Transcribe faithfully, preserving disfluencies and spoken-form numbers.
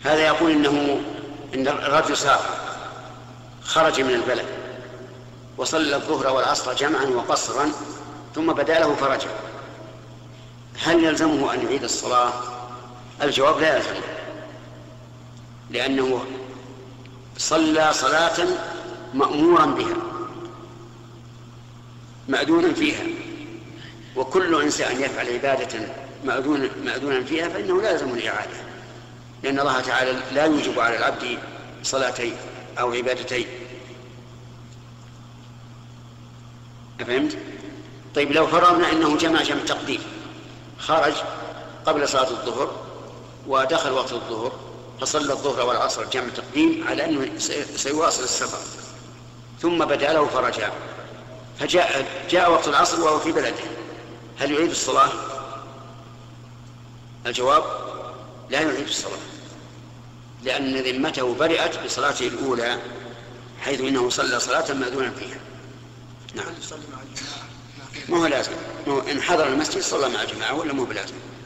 هذا يقول إنه إن الرجل سافر خرج من البلد وصلى الظهر والعصر جمعا وقصرا ثم بدا له فرجع، هل يلزمه أن يعيد الصلاة؟ الجواب لا يلزمه، لأنه صلى صلاة مأمورا بها مأذونا فيها، وكل إنسان يفعل عبادة مأذونا فيها فإنه لا يلزم الإعادة، لأن الله تعالى لا يوجب على العبد صلاتين أو عبادتين. أفهمت؟ طيب لو فرضنا أنه جمع جمع تقديم، خرج قبل صلاة الظهر ودخل وقت الظهر فصلى الظهر والعصر جمع تقديم على أنه سيواصل السفر، ثم بدا له فرجع فجاء جاء وقت العصر وهو في بلده، هل يعيد الصلاة؟ الجواب لا يعيد الصلاة، لأن ذمته برئت بصلاته الأولى حيث إنه صلى صلاة مأذونا فيها. نعم. ما هو لازم، إن حضر المسجد صلى مع الجماعة ولا مو بلازم.